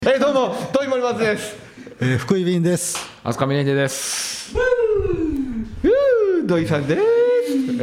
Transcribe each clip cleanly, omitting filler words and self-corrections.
どうも遠井森松です。 福井便です。 飛鳥峰秀です。 土井さんです。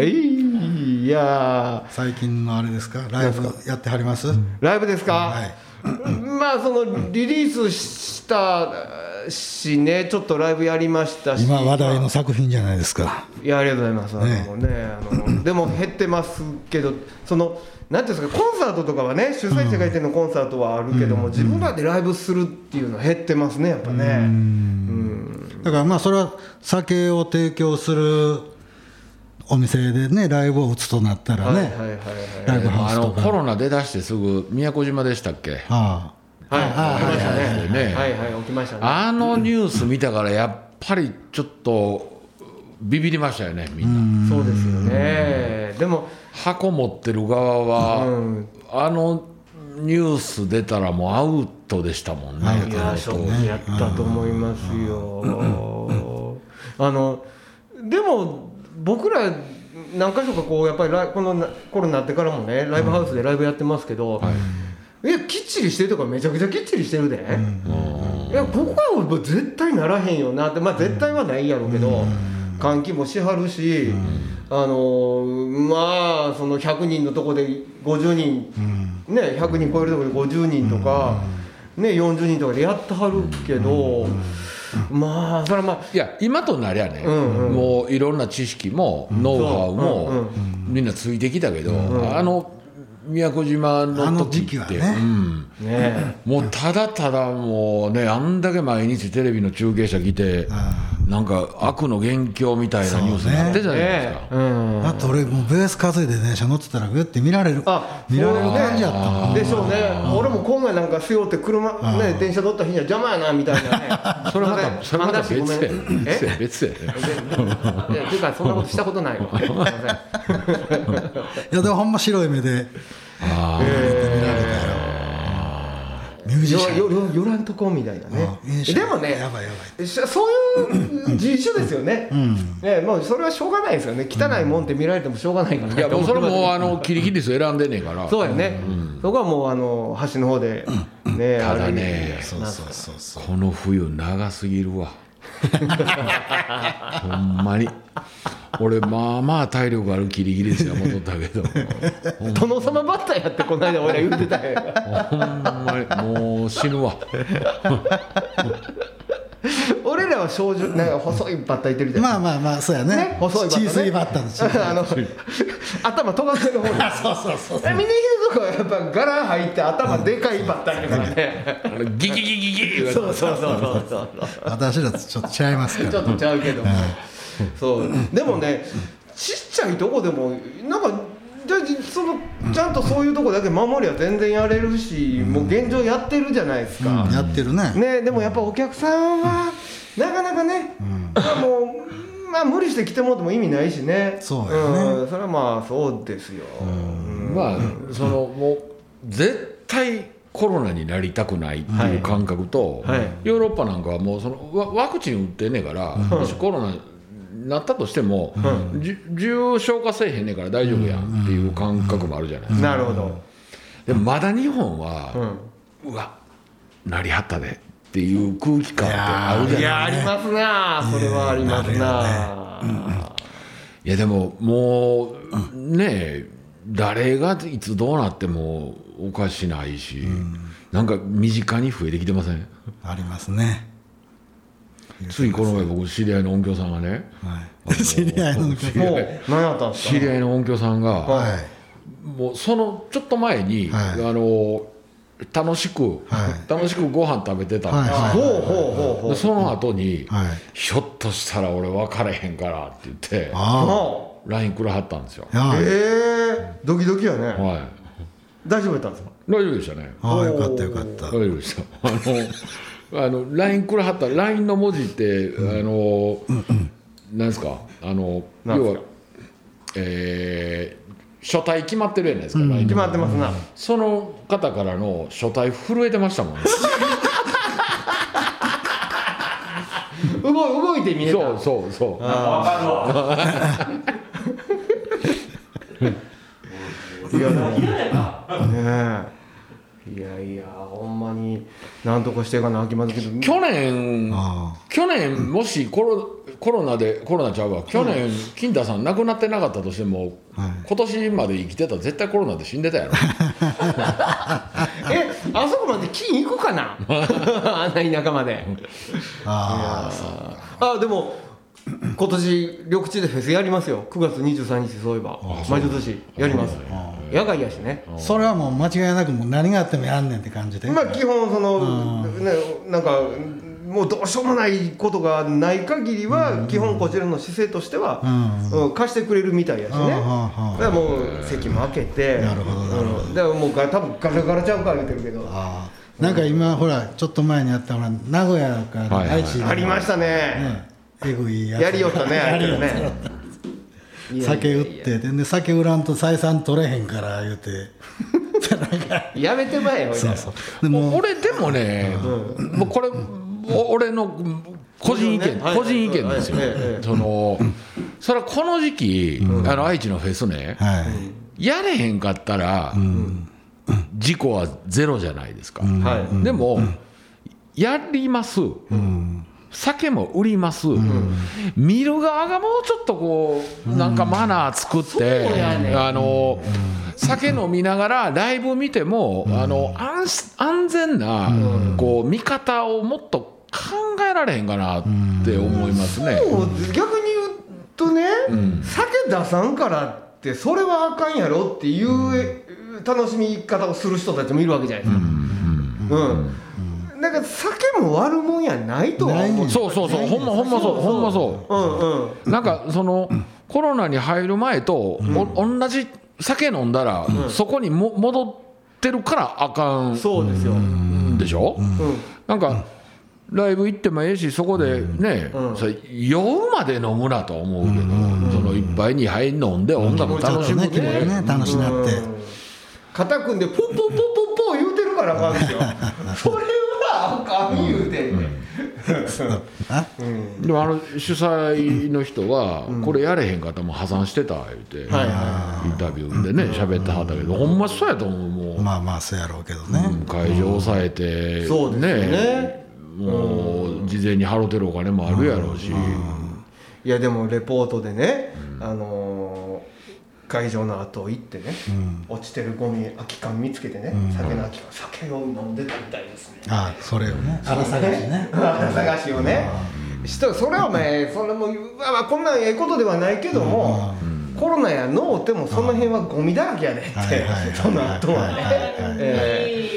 いや最近のあれですか、ライブやってはります？ ライブですか？ はい。 まあそのリリースしたしね、ちょっとライブやりましたし、 今話題の作品じゃないですか。 いやありがとうございます。でも減ってますけど、そのなんていうんですか、コンサートとかはね、主催者がいてのコンサートはあるけども、自分らでライブするっていうのは減ってますね、やっぱね。 だからまあそれは酒を提供するお店でね、ライブを打つとなったらね、ライブハウスとかコロナ出だしてすぐ宮古島でしたっけ？ ああ、 はい、起きましたね。 ねはいはい、起きましたね。 あのニュース見たからやっぱりちょっとビビりましたよね、みんな。 そうですよね。でも箱持ってる側は、あのニュース出たらもうアウトでしたもんね。 いやショックやったと思いますよ。でも僕ら何か所かこうやっぱりこのコロナになってからもね、ライブハウスでライブやってますけど、いやきっちりしてるとかめちゃくちゃきっちりしてるで、いや僕はもう絶対ならへんよなって、まあ絶対はないやろうけど、換気もしはるし、まあその100人のとこで50人、ね、100人超えるところで50人とか、ね、40人とかでやってはるけど、まあそれはまあいや今となりゃね、もういろんな知識もノウハウもみんなついてきたけど、宮古島の時ってもうただただもうね、あんだけ毎日テレビの中継車来てなんか悪の元凶みたいなニュースになってたじゃないですか。 だって俺もうベース担いで電車乗ってたらグッて見られる感じやったもんでしょうね。俺も今回なんか背負って車ね、電車乗った日には邪魔やなみたいなね。 それまた別や別やね。っていうかそんなことしたことないわ。すいません。 いやでもほんま白い目で見られたよ。ミュージシャン寄らんとこみたいなね。でもね、 やばいそういう人種ですよね。もうそれはしょうがないですよね。汚いもんって見られてもしょうがないから。 いやもうそれもキリギリス選んでんねんから。 そうやね。そこはもう端の方でね。 ただね、この冬長すぎるわ。ほんまに俺まあまあ体力あるキリギリスや戻ったけど殿様バッターやってこの間俺ら言ってたよ。 ほんまにもう死ぬわ。 俺らは少女なんか細いバッターいてるじゃん。 まあそうやね。 細いバッターね。 小さいバッターの頭尖ってる方に。 そう峰秀とかはやっぱ柄入って頭でかいバッターやからね。 ギギギギギそう私らとちょっと違いますから。 ちょっとちゃうけども。そうでもね、ちっちゃいとこでもなんかちゃんとそういうとこだけ守りは全然やれるし、もう現状やってるじゃないですか。 やってるね。 でもやっぱお客さんはなかなかね、もうまあ無理して来てもらっても意味ないしね。 そうやね。 それはまあそうですよ。 まあもう絶対コロナになりたくないっていう感覚と、ヨーロッパなんかはもうワクチン打ってんねんから、もしコロナなったとしても、重症化せえへんねんから大丈夫やんっていう感覚もあるじゃないですか。 なるほど。 でもまだ日本は、うわなりはったでっていう空気感ってあるじゃないですか。 いやありますな、それはありますな。 いやでももうね、誰がいつどうなってもおかしないし、なんか身近に増えてきてません？ ありますね。 ついこの前僕知り合いの音響さんがね、 知り合いの音響さん何やったんですか？ 知り合いの音響さんが、もうそのちょっと前に、楽しくご飯食べてたんですよ。その後に、ひょっとしたら俺分かれへんからって言って LINE くらはったんですよ。 ドキドキやね。大丈夫やったんですか？ 大丈夫でしたね。 よかったよかった。 大丈夫でした。LINE くらはった LINE の文字ってなんですか、要は書体決まってるじゃないですか。 決まってますな。 その方からの書体震えてましたもんね。 動いて見えた。 そう分かるわ。いややほんまになんとかしていかなあきませんけど、 去年もしコロナちゃうわ、去年、金太さん亡くなってなかったとしても、今年まで生きてたら絶対コロナで死んでたやろあそこまで金行くかなあんな田舎まで。でも今年緑地でフェスやりますよ。9月23日そういえば魔術師やります。野外やしね。 それはもう間違いなくもう何があってもやんねんって感じで、 基本その、なんかもうどうしようもないことがない限りは、基本こちらの姿勢としては、貸してくれるみたいやしね。だからもう席も開けて、 なるほどなるほど。 だからもう多分ガラガラちゃうから言ってるけど、 なんか今ほらちょっと前にあったほら名古屋から愛知ありましたね。 えぐいやつやりよったね、やりよね。 酒売ってで酒売らんと採算取れへんから言うてやめてまえよ。 そうそう。 俺でもね、もうこれ俺の個人意見ですよ。それはこの時期、愛知のフェスね、やれへんかったら、事故はゼロじゃないですか。でもやります。酒も売ります、見る側がもうちょっとこうなんかマナー作って、酒飲みながらライブ見ても、安全なこう見方をもっと考えられへんかなって思いますね。 逆に言うとね、酒出さんからってそれはあかんやろっていう楽しみ方をする人たちもいるわけじゃないですか。だから酒も悪もんやないとは思う。 そうほんまそう。なんかそのコロナに入る前と同じ酒飲んだらそこに戻ってるからあかん。 そうですよ。 でしょ。なんかライブ行ってもええし、そこでね、酔うまで飲むなと思うけど、その一杯2杯飲んで音楽楽しむってね、楽しなって肩組んでポンポンポンポンポン言うてるからあかんですよ。それあかん言うてんねん。 でも主催の人はこれやれへんかったらもう破産してた言うてインタビューでね喋ってはったけど、ほんまそうやと思う。もうまあそうやろうけどね、 会場抑えてね、もう事前に払うてるお金もあるやろうし、 いやでもレポートでね、会場の後行ってね、落ちてるゴミ空き缶見つけてね、酒の空き缶、酒を飲んでたみたいですね。 それをね、荒探しね、 荒探しをね、それはお前それもこんなんええことではないけども、コロナやのうてもその辺はゴミだらけやでって、その後はね。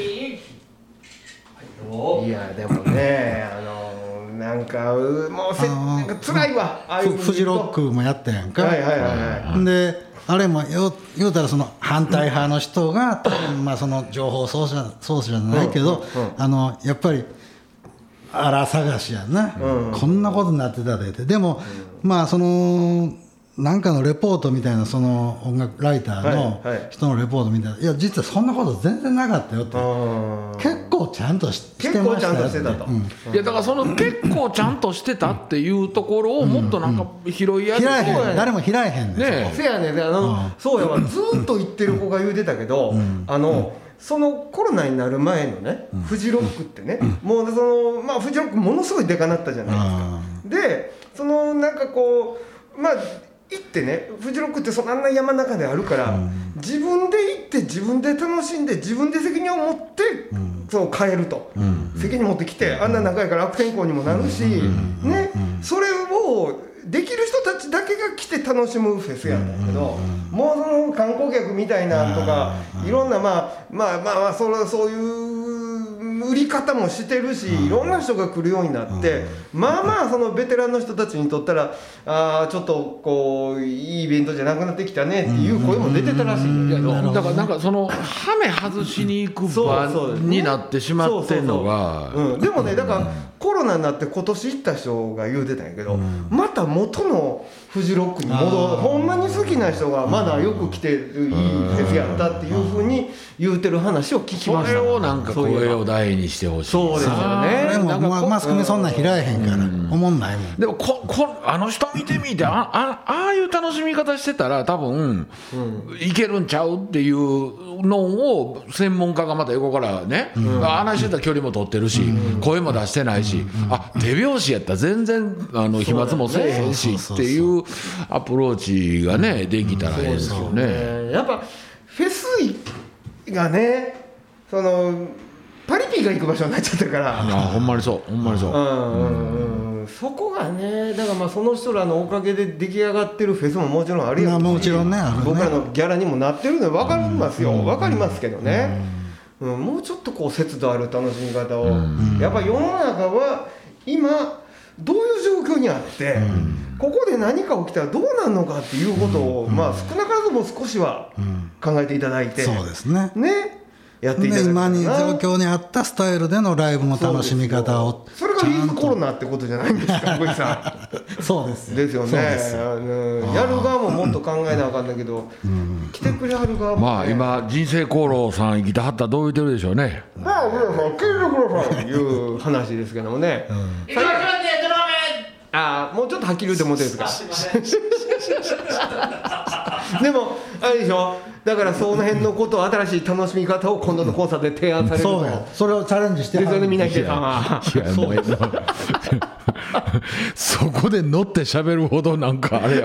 いやでもね、なんかもうなんか辛いわ。 フジロックもやったやんか。であれも言うたらその反対派の人が多分その情報ソースじゃないけど、やっぱり荒探しやんな、こんなことになってたでって。でもそのなんかのレポートみたいな、その音楽ライターの人のレポートみたいな、いや実はそんなこと全然なかったよって、結構ちゃんとしてましたよって。 いやだからその結構ちゃんとしてたっていうところをもっとなんか拾い上げて、 誰も拾えへんね。 せやねん、そうやわ、ずっと言ってる子が言うてたけど、そのコロナになる前のね、フジロックってね、もうそのフジロックものすごいでかなったじゃないですか。でそのなんかこう行ってね、フジロックってそんな山の中であるから、自分で行って自分で楽しんで自分で責任を持って、そう帰ると、責任持ってきて、あんな仲やから悪天候にもなるし、ね、それをできる人たちだけが来て楽しむフェスやったんだけど、もうその観光客みたいなとか、いろんなそういう売り方もしてるし、いろんな人が来るようになって、そのベテランの人たちにとったらちょっとこういいイベントじゃなくなってきたねっていう声も出てたらしいんだけど、 だからなんかそのハメ外しに行く場になってしまってんのが、 でもね、だからコロロナになって今年行った人が言うてたんやけど、また元のフジロックにほんまに好きな人がまだよく来てるいいフェスやったっていうふうに言うてる話を聞きました。 それをなんか声を大にしてほしい。 そうですよね。 でもマスコミそんなん開えへんから思んないもん。 でもあの人見てみてああいう楽しみ方してたら多分いけるんちゃうっていうのを専門家がまた横からね、話してた距離も取ってるし、声も出してないし、手拍子やったら全然飛沫もせえへんしっていうアプローチがねできたらいいですよね。 やっぱフェスがね、そのパリピが行く場所になっちゃってるから。 ほんまにそう、ほんまにそう。 そこがね、だからまあその人らのおかげで出来上がってるフェスももちろんあるやんし、 もちろんね、 僕らのギャラにもなってるので分かりますよ、分かりますけどね、もうちょっとこう節度ある楽しみ方を、やっぱ世の中は今どういう状況にあって、ここで何か起きたらどうなるのかっていうことを、まあ少なからずも少しは考えていただいて、 そうですね。 やっていただきたいな。 今に状況に合ったスタイルでのライブの楽しみ方を。 それがウィズコロナってことじゃないんですか、小木さん。そうです。 ですよね。やる側ももっと考えなあかんだけど、来てくれはる側も、ね。 まあ今人生功労さん生きてはったらどう言ってるでしょうね。 まあ皆さん聞いてくださいという話ですけどもね。もうちょっとはっきり言ってもらっていいですか。でもあれでしょ。だからその辺のことを新しい楽しみ方を今度の講座で提案されるそうや、それをチャレンジしてですよね、みなひでさんは。 そこで乗って喋るほどなんかあれや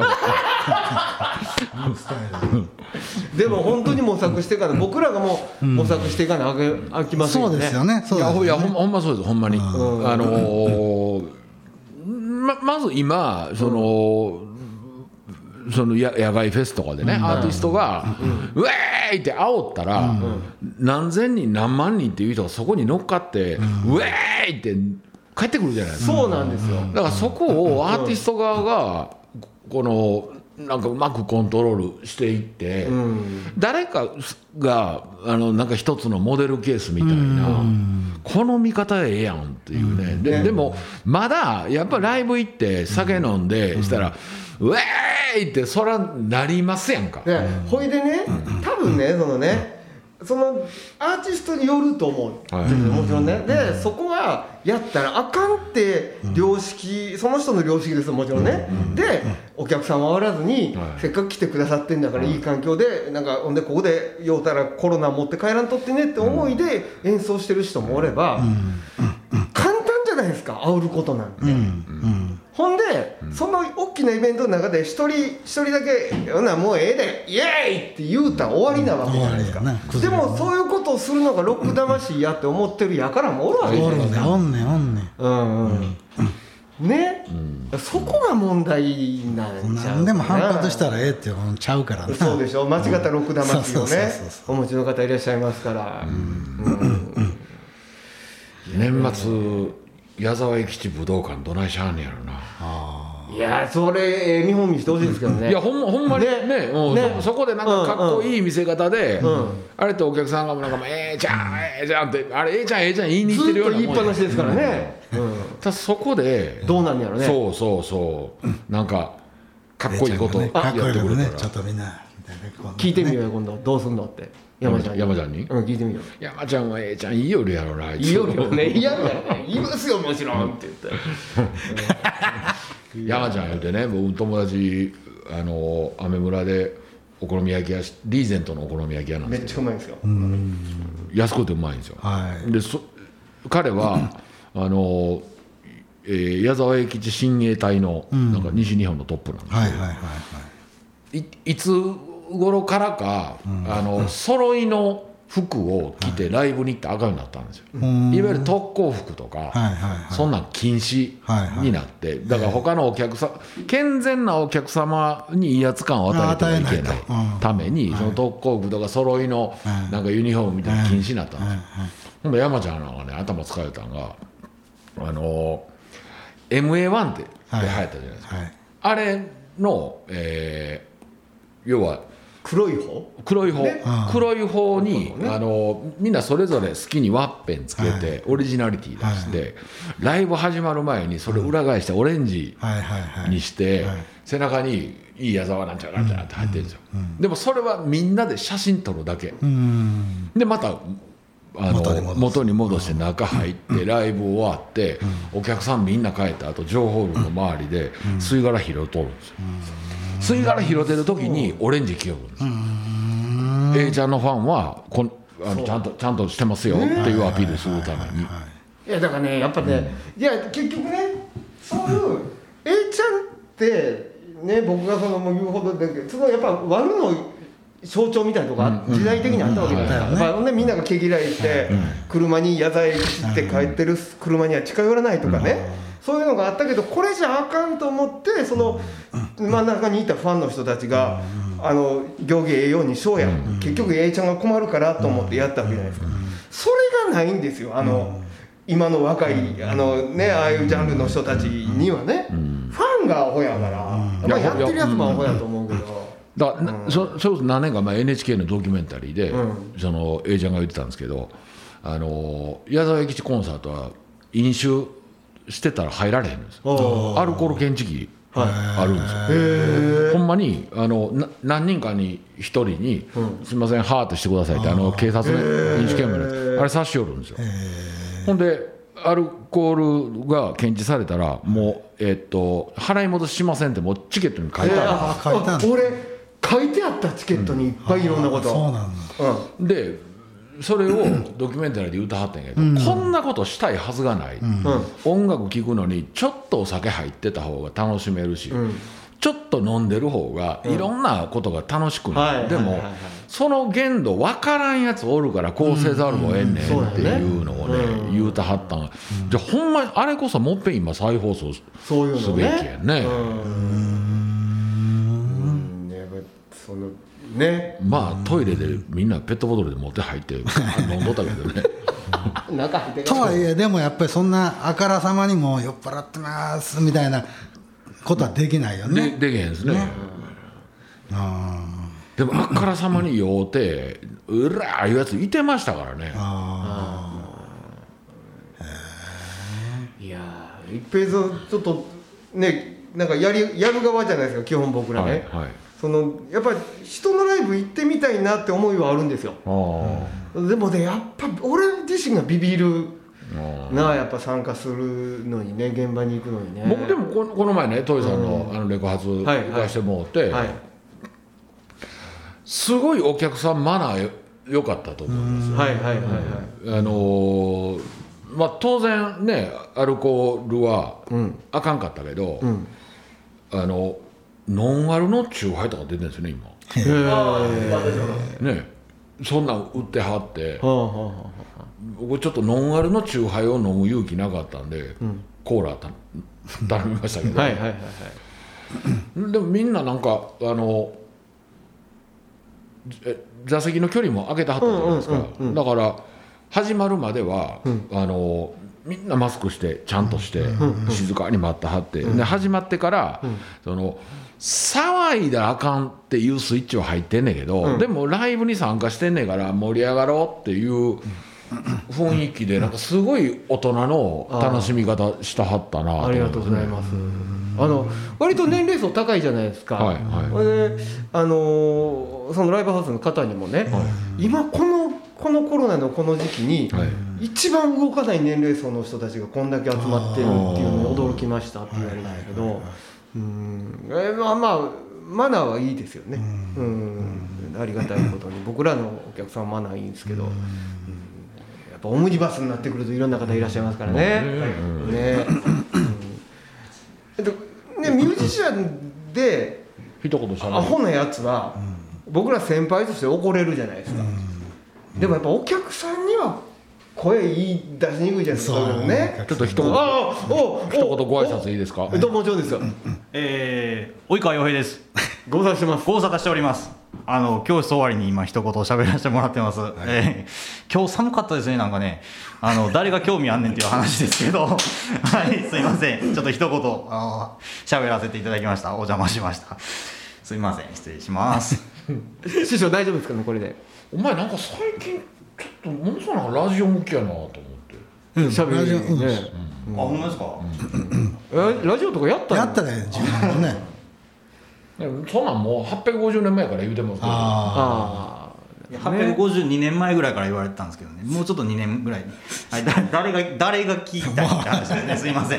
でも本当に模索していかない、僕らがもう模索していかないあきませんよね。 そうですよね。 いやほんまそうです、ほんまに。まず今その野外フェスとかでね、アーティストがウェーイって煽ったら、何千人何万人っていう人がそこに乗っかってウェーイって帰ってくるじゃないですか。 そうなんですよ。 だからそこをアーティスト側がこのなんかうまくコントロールしていって、誰かがなんか一つのモデルケースみたいな、この見方ええやんっていうね。でもまだやっぱライブ行って酒飲んでしたらウェーイってそらなりますやんか。 ほいでね、多分ね、そのアーティストによると思う、もちろんね。でそこはやったらあかんって良識、その人の良識ですもちろんね。でお客さんはおらずに、せっかく来てくださってんだからいい環境で、なんかほんでここで酔うたらコロナ持って帰らんとってねって思いで演奏してる人もおれば、簡単じゃないですか、煽ることなんて。ほんで、その大きなイベントの中で一人だけ「ほなもうええでイエーイ!」って言うたら終わりなわけじゃないですか。でもそういうことをするのがロック魂やって思ってるやからもおるわけじゃないですか。 おんねね、そこが問題なんちゃうかな。 何でも反発したらええっていうのちゃうからな。 そうでしょ。間違ったロック魂をねお持ちの方いらっしゃいますから。 年末矢沢永吉武道館どないしはんねやろな。 いやそれ見本見してほしいですけどね。 いやほんまにね、そこでなんかかっこいい見せ方で、あれってお客さんがなんかちゃんってあれちゃん言いに来てるようなもん。 ずっと言いっぱなしですからね。 ただそこでどうなんやろね。 そうなんかかっこいいことやってくれたら、 ちょっとみんな聞いてみようよ今度どうすんのって。山ちゃんに聞いてみよう。 山ちゃんはちゃんいいよるやろな。 いいよるよね。いや言いますよもちろんって言って山ちゃん言うてね、僕友達アメ村でお好み焼き屋、リーゼントのお好み焼き屋なんですけど、 めっちゃうまいんですよ。 安くてうまいんですよ。で彼は矢沢永吉親衛隊のなんか西日本のトップなんですけど、いつ頃からか揃いの服を着てライブに行って赤になったんですよ。いわゆる特攻服とかそんなん禁止になって、だから他のお客さん、健全なお客様に威圧感を与えてはいけないために、その特攻服とか揃いのなんかユニフォームみたいな禁止になったんですよ。ほんで山ちゃんなんかね頭使えたんがMA1 って流行ったじゃないですか。あれの要は黒い方、 ね、黒い方に、みんなそれぞれ好きにワッペンつけて、オリジナリティ出して、ライブ始まる前にそれ裏返してオレンジにして、背中にいい矢沢なんちゃらなんちゃらって入ってるんですよ、でもそれはみんなで写真撮るだけ、でまた元に戻して中入ってライブ終わってお客さんみんな帰った後情報部の周りで吸い殻拾うとるんですよ。吸い殻拾ってる時にオレンジ着よるんですよ。A ちゃんのファンはちゃんとしてますよっていうアピールするために。 いやだからねやっぱね、いや結局ねそういう A ちゃんってね僕がもう言うほどだけどそのやっぱ悪の象徴みたいなとこが時代的にあったわけじゃないですか。みんなが毛嫌いして車に矢沢駅って帰ってる車には近寄らないとかね、そういうのがあったけどこれじゃあかんと思ってその真ん中にいたファンの人たちが行儀ええようにしようや、結局 A ちゃんが困るからと思ってやったわけじゃないですか。それがないんですよ今の若いああいうジャンルの人たちにはね、ファンがアホやから、やってるやつもアホやと思うけど。 それこそ何年か前 NHK のドキュメンタリーで、その A ちゃんが言ってたんですけど矢沢永吉コンサートは飲酒してたら入られへんんですよ。アルコール検知器あるんですよ。ほんまに何人かに1人に「すいませんハートしてください」って警察の飲酒検問のやつあれ差し寄るんですよ。ほんでアルコールが検知されたらもう払い戻ししませんってもうチケットに書いてある。 俺書いてあったチケットにいっぱいいろんなこと。 そうなんだ。でそれをドキュメンタリーで歌はったんやけど、こんなことしたいはずがない、音楽聴くのにちょっとお酒入ってた方が楽しめるし、ちょっと飲んでる方がいろんなことが楽しくなる、でもその限度分からんやつおるからこうせざるをえんねんっていうのをね言うたはったんが、じゃあほんまにあれこそもっぺん今再放送すべきやね。まあトイレでみんなペットボトルで持って入って飲んどったけどねとはいえでもやっぱりそんなあからさまにも酔っ払ってますみたいなことはできないよね。 できへんですね。でもあからさまに酔うてうらーいうやついてましたからね。 いや一平さんちょっとねなんかやる側じゃないですか基本僕らね。やっぱり人のライブ行ってみたいなって思いはあるんですよ。でもねやっぱ俺自身がビビるなやっぱ参加するのにね現場に行くのにね。 僕でもこの前ねトイさんのレコ発行かしてもらって、すごいお客さんマナー良かったと思いますよ。まあ当然ねアルコールはあかんかったけど、ノンアルのチューハイとか出てるんですよね今。ねそんなん売ってはって、僕ちょっとノンアルのチューハイを飲む勇気なかったんで、コーラ頼みましたけど、でもみんななんか座席の距離も空けてはったじゃないですか。だから始まるまではみんなマスクしてちゃんとして静かに待ってはって、で始まってから騒いだらあかんっていうスイッチは入ってんねんけど、でもライブに参加してんねんから盛り上がろうっていう雰囲気でなんかすごい大人の楽しみ方したはったなと。 ありがとうございます。割と年齢層高いじゃないですか。でそのライブハウスの方にもね、今このコロナのこの時期に一番動かない年齢層の人たちがこんだけ集まってるっていうのに驚きましたって言われるんだけど、まあマナーはいいですよね。ありがたいことに僕らのお客さんはマナーいいんですけど、やっぱオムニバスになってくるといろんな方いらっしゃいますからね。ミュージシャンでアホなやつは僕ら先輩として怒れるじゃないですか。でもやっぱお客さんには声出しにくいじゃないですか。 ちょっと一言ご挨拶いいですか。 どうもちろんですよ。 及川洋平です。 ご無沙汰してます。 ご無沙汰しております。教室終わりに今一言喋らせてもらってます。今日寒かったですね。なんかね誰が興味あんねんっていう話ですけどはいすいませんちょっと一言喋らせていただきました。お邪魔しました。すいません失礼します。 師匠大丈夫ですかねこれで。 お前なんか最近ちょっとものすごいラジオ向きやなと思って。 しゃべりね。 あ、ほんまですか。 ラジオとかやったね自分のね。 そんなんもう850年前から言うてますけど。 852年前ぐらいから言われてたんですけどね、もうちょっと2年ぐらいに、はい、誰が聞いたいって話ですね。すいません。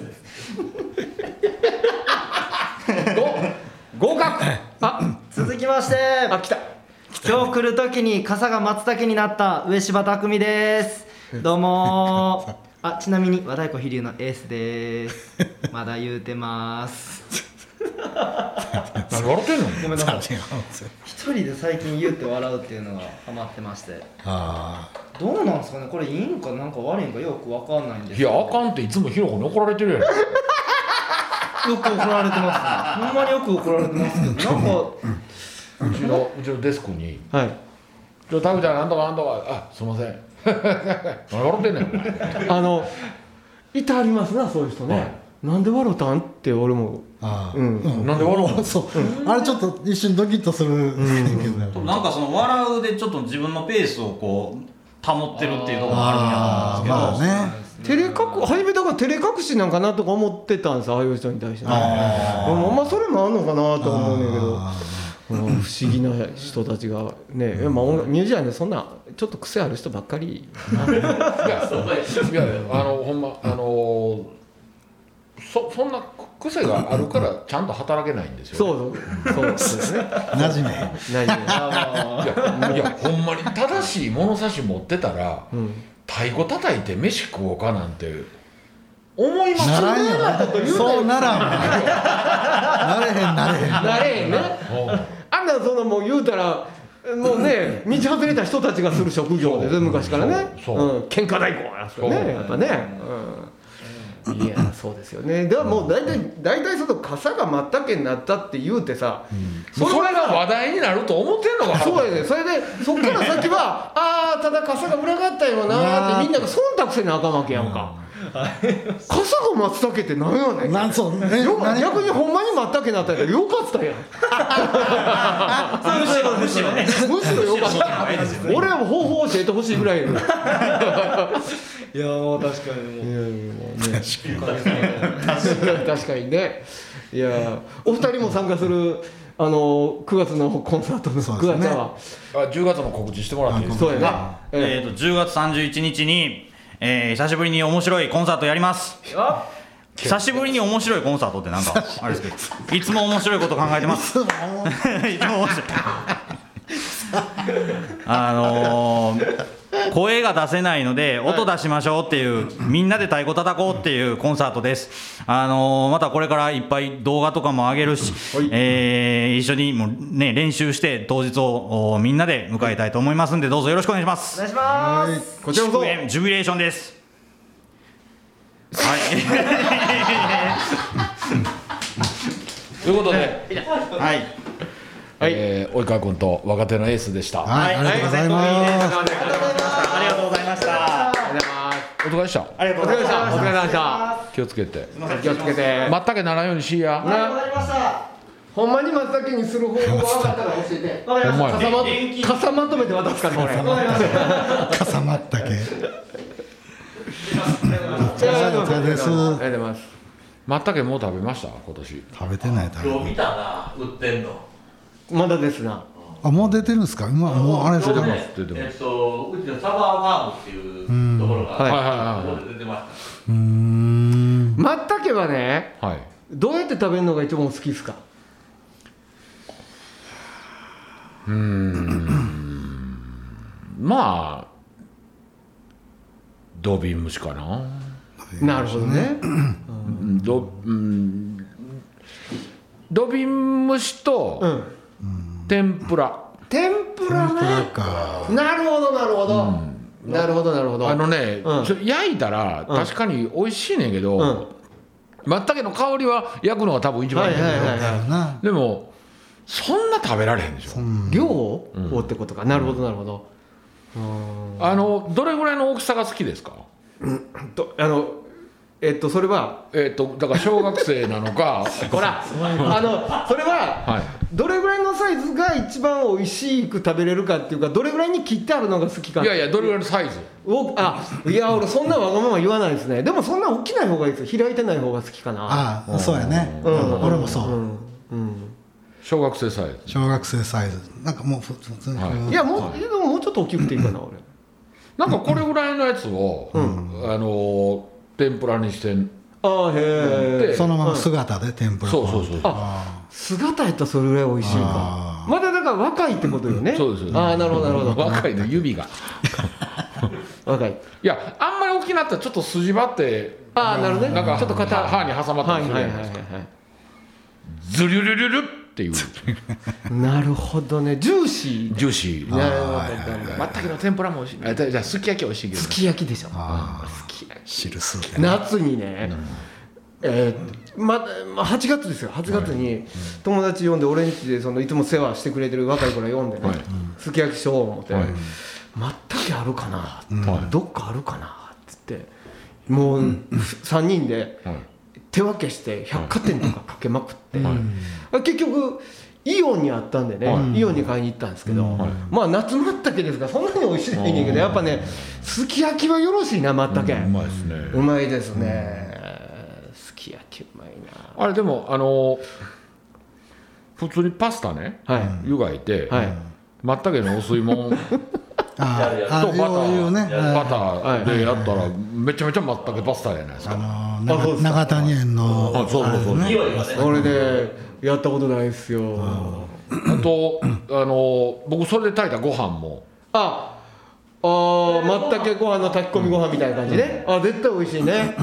合格。 続きまして、 来た。 今日来る時に傘が松茸になった上柴匠です。どうもちなみに和太鼓飛龍のエースです。まだ言うてます。 何笑ってんの。 ごめんなさい。一人で最近言うて笑うっていうのがハマってまして。どうなんですかね、これいいんかなんか悪いんかよくわかんないんですけど。 いやあかんっていつもひろこに怒られてるやん。よく怒られてますね。ほんまによく怒られてますけど、なんかうちのデスクに「はい、タクちゃんなんとかなんとかすいません」何笑ってんねん。 いてありますなそういう人ね。なんで笑ったんって俺も。 なんで笑うの。 そう。あれちょっと一瞬ドキッとする。 なんかその笑うでちょっと自分のペースをこう保ってるっていうところもあるんやと思うんですけど。 初めだから照れ隠しなんかなとか思ってたんですああいう人に対してね。まあそれもあんのかなと思うんだけど。不思議な人たちがね、ミュージアムでそんなちょっと癖ある人ばっかりいやほんまそんな癖があるからちゃんと働けないんですよ、ね、 そうですね。 なじめへん。 いやほんまに正しい物差し持ってたら、太鼓叩いて飯食おうかなんて思います。 ならんよ。そうならん。 なれへんね。あんなそのもう言うたらもうね道外れた人たちがする職業で昔からね。喧嘩太鼓やつねやっぱね。いやそうですよね。ではもう大体その傘が松茸になったって言うてさ、 それが話題になると思ってんのか。 そうやね。それでそっから先はただ傘が裏返ったよなってみんなが忖度せなあかんわけやんか。傘が松茸って何やねん。逆にほんまに松茸になったらよかったやん。 むしろね。 むしろよかった。俺はもう方法教えてほしいぐらい。 いやもう確かに確かにね。いやお二人も参加する9月のコンサートの9月は 10月の告知してもらっていいですか。 そうやね。 10月31日に久しぶりに面白いコンサートやります。久しぶりに面白いコンサートってなんかあれですけど、いつも面白いこと考えてます。いつも面白い。声が出せないので音出しましょうっていう、みんなで太鼓叩こうっていうコンサートです。またこれからいっぱい動画とかも上げるし、一緒にもね練習して当日をみんなで迎えたいと思いますんで、どうぞよろしくお願いします。 お願いします。 こちらこそジュビレーションです。はいということで、及川君と若手のエースでした。 ありがとうございます。 ありがとうございました。 お疲れでした。 ありがとうございました。 お疲れ様でした。 気をつけて。 気をつけて。 松茸ならんようにしいや。 ほんまに松茸にする方法が分かったら教えて。 ほんまや。傘まとめて渡すからこれ。 傘まったけ。 お疲れです。ありがとうございます。 松茸もう食べました今年。 食べてない。 今日見たな、売ってんの。 まだですな。 もう出てるんですか。今もうあれですか。 うちのサバーファームっていうところがここで出てました。 松茸はね、どうやって食べるのが一番好きですか。 まあ土瓶蒸しかな。 なるほどね。 土瓶蒸しと天ぷら。 天ぷらね。なるほどなるほど。なるほどなるほど。 焼いたら確かに美味しいねんけど、松茸の香りは焼くのが多分一番いいんだけど、でもそんな食べられへんでしょ。 量をってことか。なるほどなるほど。 どれぐらいの大きさが好きですか。 それはだから小学生なのかほらそれはどれぐらいのサイズが一番おいしく食べれるかっていうか、どれぐらいに切ってあるのが好きか。 いやいや、どれぐらいのサイズ。 いや俺そんなわがまま言わないですね。でもそんな大きない方がいいですよ。開いてない方が好きかな。 ああ、そうやね、俺もそう、 小学生サイズ。 小学生サイズなんかもう普通に、 いやもうちょっと大きくていいかな俺。 なんかこれぐらいのやつを天ぷらにしてそのまま姿で天ぷら。 そう姿やったらそれぐらい美味しいか。まだだから若いってことよね。 そうです。 ああなるほどなるほど。 若いの指が若い。 いやあんまり大きくなったらちょっと筋張って、 ああなるほどね。 なんかちょっと歯に挟まったりするじゃないですか。ズリュルルルっていうなるほどね。ジューシー。 まったけの天ぷらも美味しい。じゃあすき焼き美味しいけど。 すき焼きでしょ。 すき焼き汁する夏にね、8月ですよ。8月に友達呼んで、俺ん家でいつも世話してくれてる若い子ら呼んでね、すき焼きしよう思って、まったけあるかな、どっかあるかなって言って、もう3人で手分けして百貨店とかかけまくって、結局イオンにあったんでね、イオンに買いに行ったんですけど、まあ夏まったけですがそんなに美味しいねんけど、やっぱねすき焼きはよろしいな。まったけうまいですね。うまいですね。すき焼きうまいな。 あれでも普通にパスタね、湯がいてまったけのお吸い物とバターでやったらめちゃめちゃまったけパスタじゃないですか。 長谷園の俺ねやったことないですよ。 あと僕それで炊いたご飯もまったけご飯の炊き込みご飯みたいな感じね。絶対美味しいね。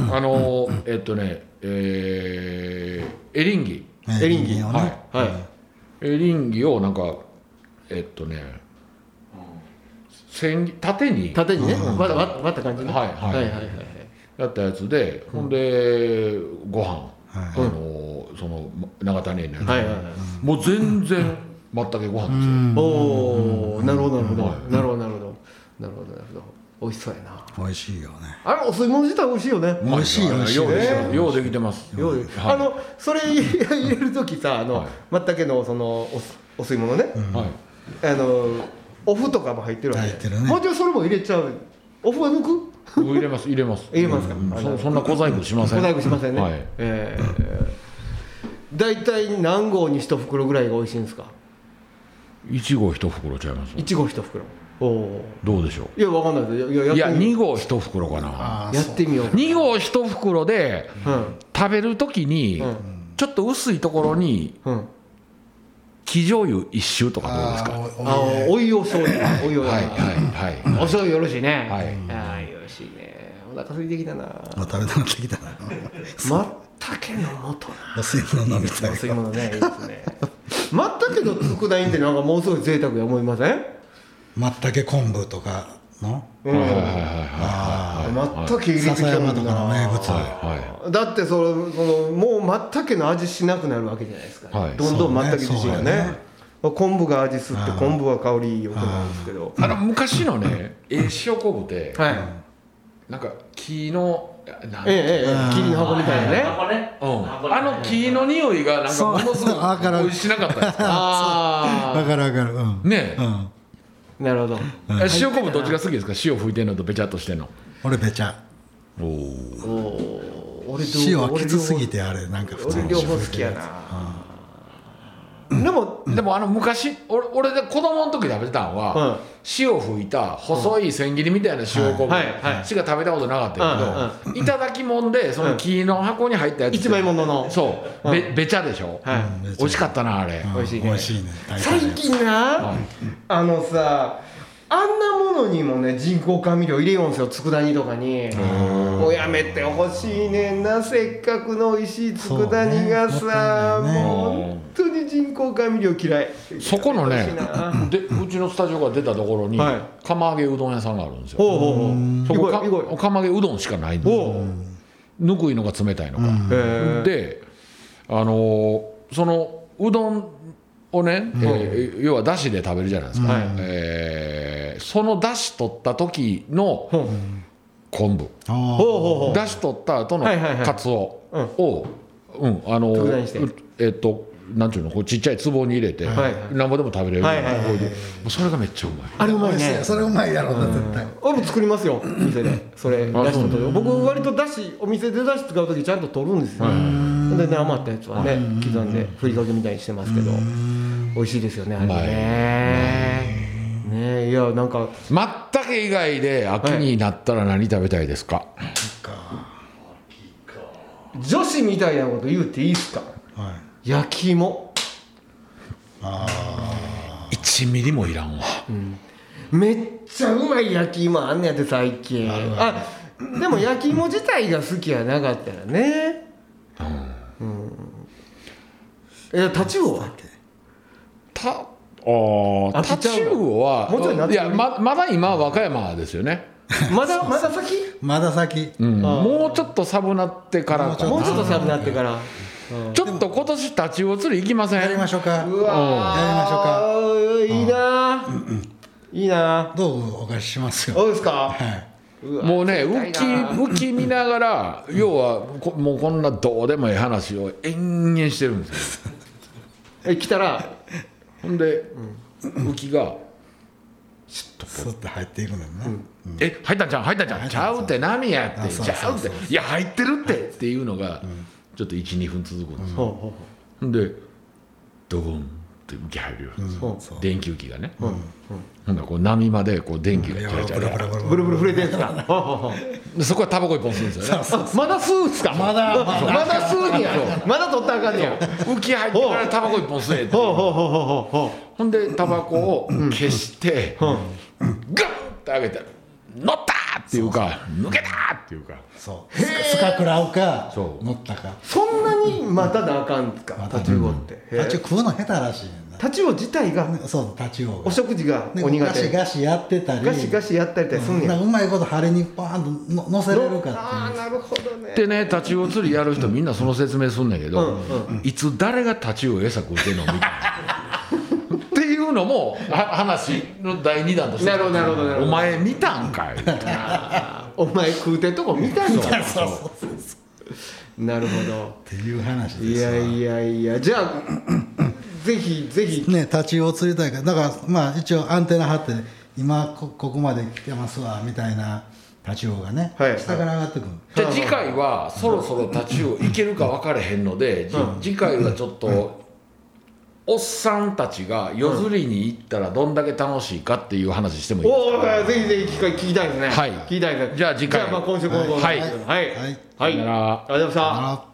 エリンギエリンギをね、 エリンギをなんか縦にね割った感じね。 やったやつで、ほんでご飯その長谷園のやつもう全然まったけご飯ですよ。 おおなるほどなるほどなるほどなるほどなるほど美味しそうやな。 美味しいよね。 あれお吸い物自体美味しいよね。 美味しいよね。 ようできてます。 それ入れる時さまったけのそのお吸い物ね、お麩とかも入ってるわけで、もうちょいそれも入れちゃう。お麩は抜く？ 入れますか。そんな小細工しません。 小細工しませんね。大体何合に1袋ぐらいが美味しいんですか ？1合1袋ちゃいます。 1合1袋。 どうでしょう。 いや分かんないです。 いや2合1袋かな。 やってみよう。 2合1袋で食べるときにちょっと薄いところに生醤油1周とかどうですか？ お湯お醤油。お醤油よろしいね。よろしいね。お腹空いてきたな。 食べたくなってきたな。 まったけの素な。 お吸い物飲みたい。 お吸い物ね、いいですね。まったけの佃煮ってなんかもうすごい贅沢や思いません？ まったけ昆布とかの。 まったけ入れてきたもんな。だってもうまったけの味しなくなるわけじゃないですか。どんどんまったけ自身がね。昆布が味吸って昆布は香り良くなるんですけど。 昔のね塩昆布ってなんか木の霧の箱みたいなね。 木の匂いがなんかものすごく美味しなかったですか？ 分かる分かる。 ねえ。なるほど。 塩昆布どっちが好きですか？塩吹いてんのとべちゃっとしてんの。 俺べちゃ。塩はきつすぎてあれなんか普通に。 俺両方好きやな。でも昔俺で子供の時食べてたのは塩吹いた細い千切りみたいな塩昆布しか食べたことなかったけど、いただきもんでその木の箱に入ったやつ一枚もののそうべちゃでしょ。美味しかったなあれ。 美味しいね。 美味しいね。 最近なさあんなものにもね人工甘味料入れようんですよ。佃煮とかに。もうやめてほしいねんな。せっかくの美味しい佃煮がさ、もう本当に人工甘味料嫌い。 そこのねでうちのスタジオが出たところに釜揚げうどん屋さんがあるんですよ。そこ釜揚げうどんしかないんですよ。ぬくいのが冷たいのかでそのうどんをね、要はだしで食べるじゃないですか。そのだし取った時の昆布、だし取った後のカツオをなんていうのこうちっちゃい壺に入れてなんぼでも食べれるようなこうでもうそれがめっちゃうまい。 あれうまいね。 それうまいやろな絶対。 俺も作りますよ店でそれだしとって僕割とだしお店でだし使う時ちゃんと取るんですよ。でね余ったやつはね刻んでふりかけみたいにしてますけど美味しいですよねあれね。ねいやなんかまったけ以外で秋になったら何食べたいですか？ 女子みたいなこと言うていいですか？焼き芋。 1ミリもいらんわ。 めっちゃうまい焼き芋あんねやって最近。でも焼き芋自体が好きやなかったらね。タチウオはタチウオはいやまだ今和歌山ですよね。 まだ先？ まだ先。 もうちょっと寒なってからかな。 もうちょっと寒なってから。 ちょっと今年タチウオ釣り行きません？ やりましょうか。やりましょうか。いいな。いいな。 道具お貸ししますよ。 そうですか。 もうね浮き見ながら要はもうこんなどうでもいい話を延々してるんですよ。来たらほんで浮きがスッと入っていくのよね。入ったんちゃうって波やってちゃうっていや入ってるっていうのがちょっと 1,2 分続くんですよ。ほんでドゴンって浮き入るようです電気浮きがね。ほんでこう波までこう電気がブルブル震えてるんですか？ そこはタバコ1本吸うんですよね。 まだ吸うんですか？まだ吸うんや。まだ取ったらあかんねや。 浮き入ってからタバコ1本吸えってほんでタバコを消してガンって上げて乗ったっていうか抜けたっていうかそうスカ食らうか乗ったか。 そんなに待たなあかんですか？タチウオってタチウオ食うの下手らしいねんな。 タチウオ自体がそうタチウオがお食事がお苦手。 ガシやってたりガシやったりすんねや。 うまいこと針にパーンと乗せれるかっていう。 なるほどね。 でねタチウオ釣りやる人みんなその説明すんねんけどいつ誰がタチウオ餌食うてんのみたいなっていうのも話の第2弾としてなるほどお前見たんかいお前食うてんとこ見たんかいなるほどっていう話ですわ。 いやじゃあぜひねタチウオ釣りたいからだからまあ一応アンテナ張って今ここまで来てますわみたいなタチウオがね下から上がってくる。 じゃあ次回はそろそろタチウオいけるか分かれへんので次回はちょっとおっさんたちが夜釣りに行ったらどんだけ楽しいかっていう話してもいいですか？ ぜひ聞きたいですね。 はい。 聞きたいです。 じゃあ次回。 じゃあ今週このはい。 はい。 さよなら。 ありがとうございました。